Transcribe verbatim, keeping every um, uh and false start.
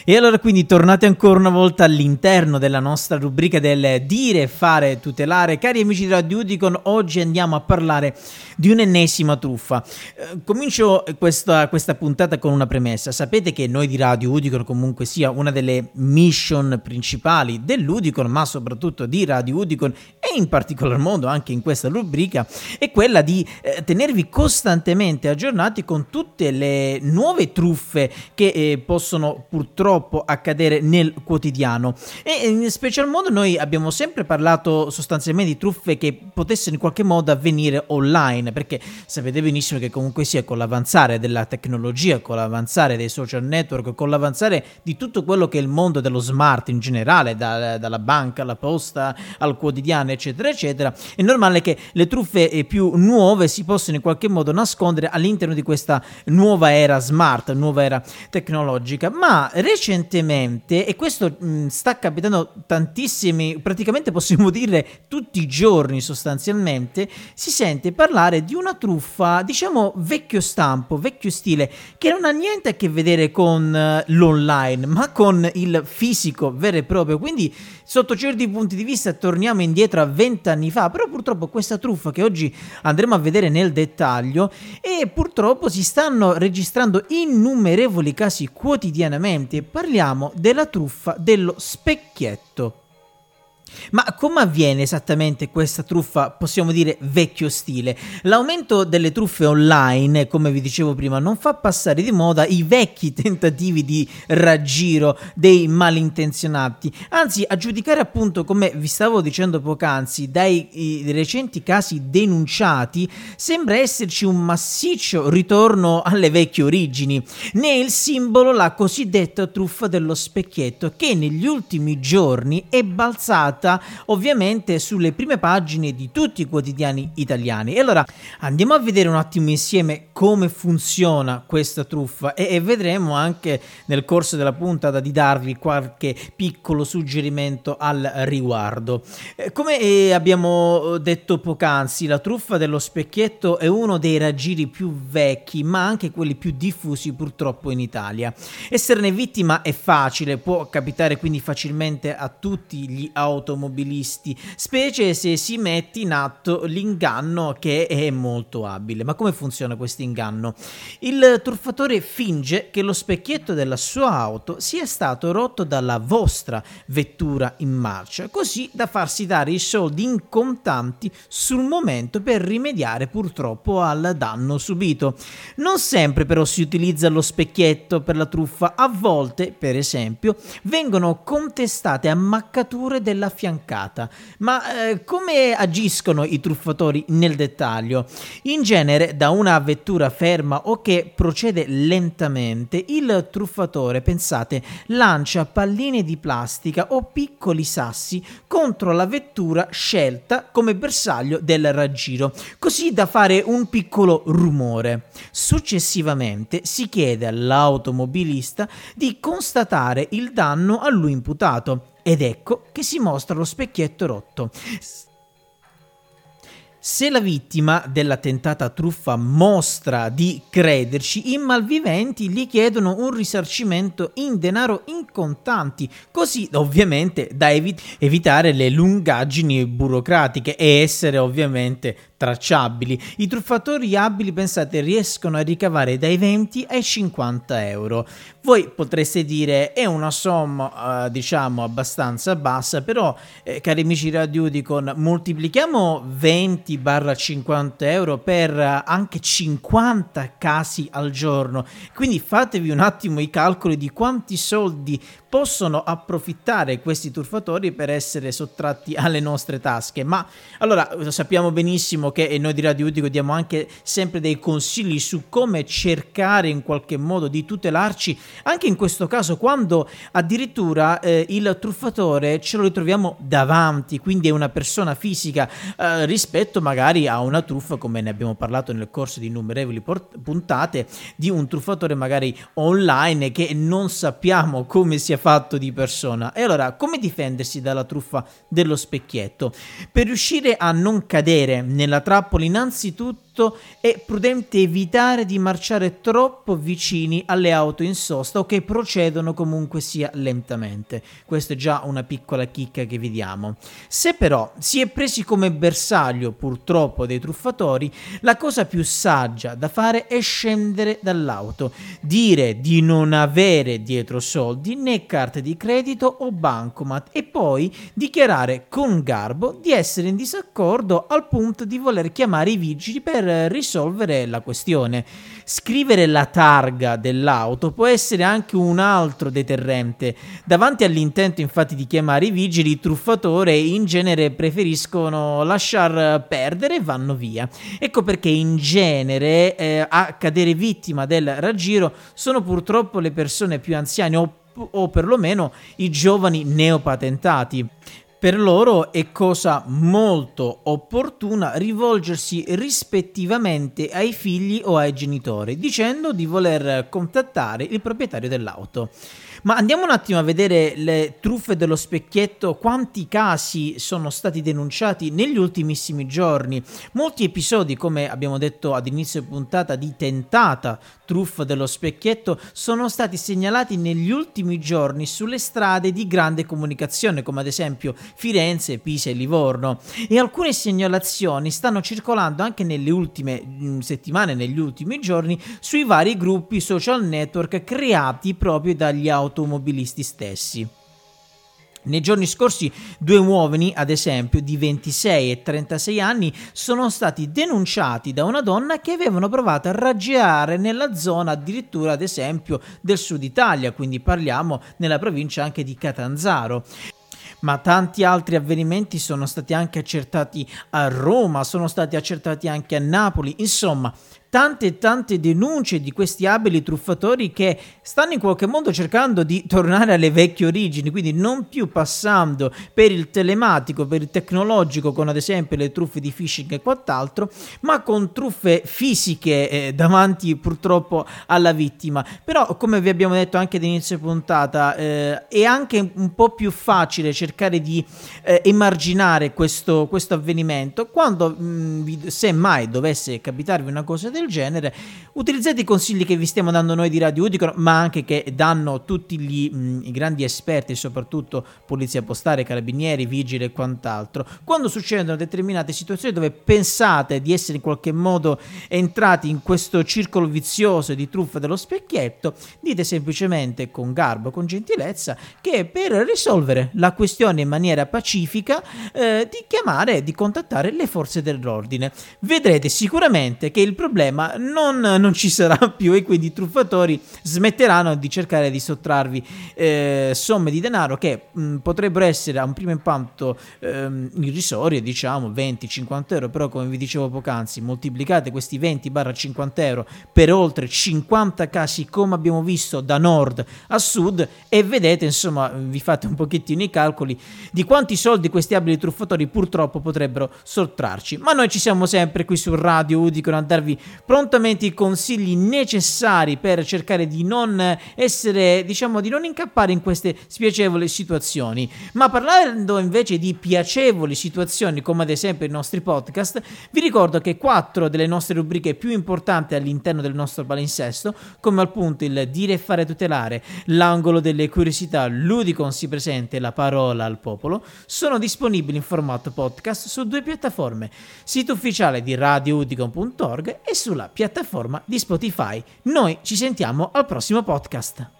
E allora quindi tornate ancora una volta all'interno della nostra rubrica del dire, fare, tutelare. Cari amici di Radio Udicon, oggi andiamo a parlare di un'ennesima truffa. Eh, comincio questa, questa puntata con una premessa. Sapete che noi di Radio Udicon, comunque sia una delle mission principali dell'Udicon, ma soprattutto di Radio Udicon e in particolar modo anche in questa rubrica, è quella di eh, tenervi costantemente aggiornati con tutte le nuove truffe che eh, possono purtroppo accadere nel quotidiano. E in special modo noi abbiamo sempre parlato sostanzialmente di truffe che potessero in qualche modo avvenire online, perché sapete benissimo che comunque sia con l'avanzare della tecnologia, con l'avanzare dei social network, con l'avanzare di tutto quello che è il mondo dello smart in generale, da, dalla banca alla posta al quotidiano eccetera eccetera, è normale che le truffe più nuove si possano in qualche modo nascondere all'interno di questa nuova era smart, nuova era tecnologica. Ma recentemente, e questo mh, sta capitando tantissimi, praticamente possiamo dire tutti i giorni sostanzialmente, si sente parlare di una truffa, diciamo vecchio stampo, vecchio stile, che non ha niente a che vedere con uh, l'online, ma con il fisico vero e proprio. Quindi sotto certi punti di vista torniamo indietro a vent'anni fa, però purtroppo questa truffa che oggi andremo a vedere nel dettaglio, e purtroppo si stanno registrando innumerevoli casi quotidianamente. Parliamo della truffa dello specchietto. Ma come avviene esattamente questa truffa, possiamo dire vecchio stile? L'aumento delle truffe online, come vi dicevo prima, non fa passare di moda i vecchi tentativi di raggiro dei malintenzionati. Anzi, a giudicare appunto, come vi stavo dicendo poc'anzi, dai recenti casi denunciati, sembra esserci un massiccio ritorno alle vecchie origini. Ne è il simbolo la cosiddetta truffa dello specchietto, che negli ultimi giorni è balzata ovviamente sulle prime pagine di tutti i quotidiani italiani. E allora andiamo a vedere un attimo insieme come funziona questa truffa e, e vedremo anche nel corso della puntata di darvi qualche piccolo suggerimento al riguardo. Eh, come eh, abbiamo detto poc'anzi, la truffa dello specchietto è uno dei raggiri più vecchi, ma anche quelli più diffusi purtroppo in Italia. Esserne vittima è facile, può capitare quindi facilmente a tutti gli automobilisti, specie se si mette in atto l'inganno, che è molto abile. Ma come funziona questo inganno? Il truffatore finge che lo specchietto della sua auto sia stato rotto dalla vostra vettura in marcia, così da farsi dare i soldi in contanti sul momento per rimediare purtroppo al danno subito. Non sempre però si utilizza lo specchietto per la truffa. A volte, per esempio, vengono contestate ammaccature della fiancata. Ma eh, come agiscono i truffatori nel dettaglio? In genere, da una vettura ferma o che procede lentamente, il truffatore, pensate, lancia palline di plastica o piccoli sassi contro la vettura scelta come bersaglio del raggiro, così da fare un piccolo rumore. Successivamente si chiede all'automobilista di constatare il danno a lui imputato. Ed ecco che si mostra lo specchietto rotto. Se la vittima della tentata truffa mostra di crederci, i malviventi gli chiedono un risarcimento in denaro in contanti, così ovviamente da evi- evitare le lungaggini burocratiche e essere ovviamente tracciabili. I truffatori abili, pensate, riescono a ricavare dai venti ai cinquanta euro. Voi potreste dire è una somma eh, diciamo abbastanza bassa, però eh, cari amici Radio Udicon, moltiplichiamo venti cinquanta euro per eh, anche cinquanta casi al giorno, quindi fatevi un attimo i calcoli di quanti soldi possono approfittare questi truffatori per essere sottratti alle nostre tasche. Ma allora sappiamo benissimo che noi di Radio Udicon diamo anche sempre dei consigli su come cercare in qualche modo di tutelarci, anche in questo caso quando addirittura eh, il truffatore ce lo ritroviamo davanti, quindi è una persona fisica, eh, rispetto magari a una truffa, come ne abbiamo parlato nel corso di innumerevoli port- puntate, di un truffatore magari online che non sappiamo come sia fatto di persona. E allora, come difendersi dalla truffa dello specchietto? Per riuscire a non cadere nella trappola, innanzitutto giusto è prudente evitare di marciare troppo vicini alle auto in sosta o che procedono comunque sia lentamente. Questa è già una piccola chicca che vi diamo. Se però si è presi come bersaglio purtroppo dei truffatori, la cosa più saggia da fare è scendere dall'auto, dire di non avere dietro soldi né carte di credito o bancomat e poi dichiarare con garbo di essere in disaccordo al punto di voler chiamare i vigili per risolvere la questione. Scrivere la targa dell'auto può essere anche un altro deterrente. Davanti all'intento infatti di chiamare i vigili, i truffatori in genere preferiscono lasciar perdere e vanno via. Ecco perché in genere eh, a cadere vittima del raggiro sono purtroppo le persone più anziane o, o perlomeno i giovani neopatentati. Per loro è cosa molto opportuna rivolgersi rispettivamente ai figli o ai genitori, dicendo di voler contattare il proprietario dell'auto. Ma andiamo un attimo a vedere le truffe dello specchietto, quanti casi sono stati denunciati negli ultimissimi giorni. Molti episodi, come abbiamo detto ad inizio puntata, di tentata truffa dello specchietto sono stati segnalati negli ultimi giorni sulle strade di grande comunicazione, come ad esempio Firenze, Pisa e Livorno, e alcune segnalazioni stanno circolando anche nelle ultime mh, settimane, negli ultimi giorni, sui vari gruppi social network creati proprio dagli automobilisti stessi. Nei giorni scorsi due uomini, ad esempio, di ventisei e trentasei anni, sono stati denunciati da una donna che avevano provato a raggiare nella zona addirittura, ad esempio, del sud Italia, quindi parliamo nella provincia anche di Catanzaro. Ma tanti altri avvenimenti sono stati anche accertati a Roma, sono stati accertati anche a Napoli, insomma tante e tante denunce di questi abili truffatori che stanno in qualche modo cercando di tornare alle vecchie origini, quindi non più passando per il telematico, per il tecnologico con ad esempio le truffe di phishing e quant'altro, ma con truffe fisiche eh, davanti purtroppo alla vittima. Però come vi abbiamo detto anche all'inizio puntata eh, è anche un po' più facile cercare di eh, emarginare questo, questo avvenimento quando mh, se mai dovesse capitarvi una cosa del genere. Utilizzate i consigli che vi stiamo dando noi di Radio Udicon, ma anche che danno tutti gli, mh, i grandi esperti, soprattutto polizia postale, carabinieri, vigili e quant'altro. Quando succedono determinate situazioni dove pensate di essere in qualche modo entrati in questo circolo vizioso di truffa dello specchietto, dite semplicemente con garbo, con gentilezza, che per risolvere la questione in maniera pacifica eh, di chiamare, di contattare le forze dell'ordine. Vedrete sicuramente che il problema non, non ci sarà più e quindi i truffatori smetteranno di cercare di sottrarvi eh, somme di denaro che mh, potrebbero essere a un primo impatto eh, irrisorie, diciamo venti cinquanta euro, però come vi dicevo poc'anzi moltiplicate questi venti cinquanta euro per oltre cinquanta casi come abbiamo visto da nord a sud e vedete, insomma, vi fate un pochettino i calcoli di quanti soldi questi abili truffatori purtroppo potrebbero sottrarci. Ma noi ci siamo sempre qui su Radio Udicon a darvi prontamente i consigli necessari per cercare di non essere, diciamo, di non incappare in queste spiacevoli situazioni. Ma parlando invece di piacevoli situazioni, come ad esempio i nostri podcast, vi ricordo che quattro delle nostre rubriche più importanti all'interno del nostro palinsesto, come appunto il dire e fare tutelare, l'angolo delle curiosità, l'Udicon si presenta e la parola al popolo, sono disponibili in formato podcast su due piattaforme, sito ufficiale di radio udicon punto org e sulla piattaforma di Spotify. Noi ci sentiamo al prossimo podcast.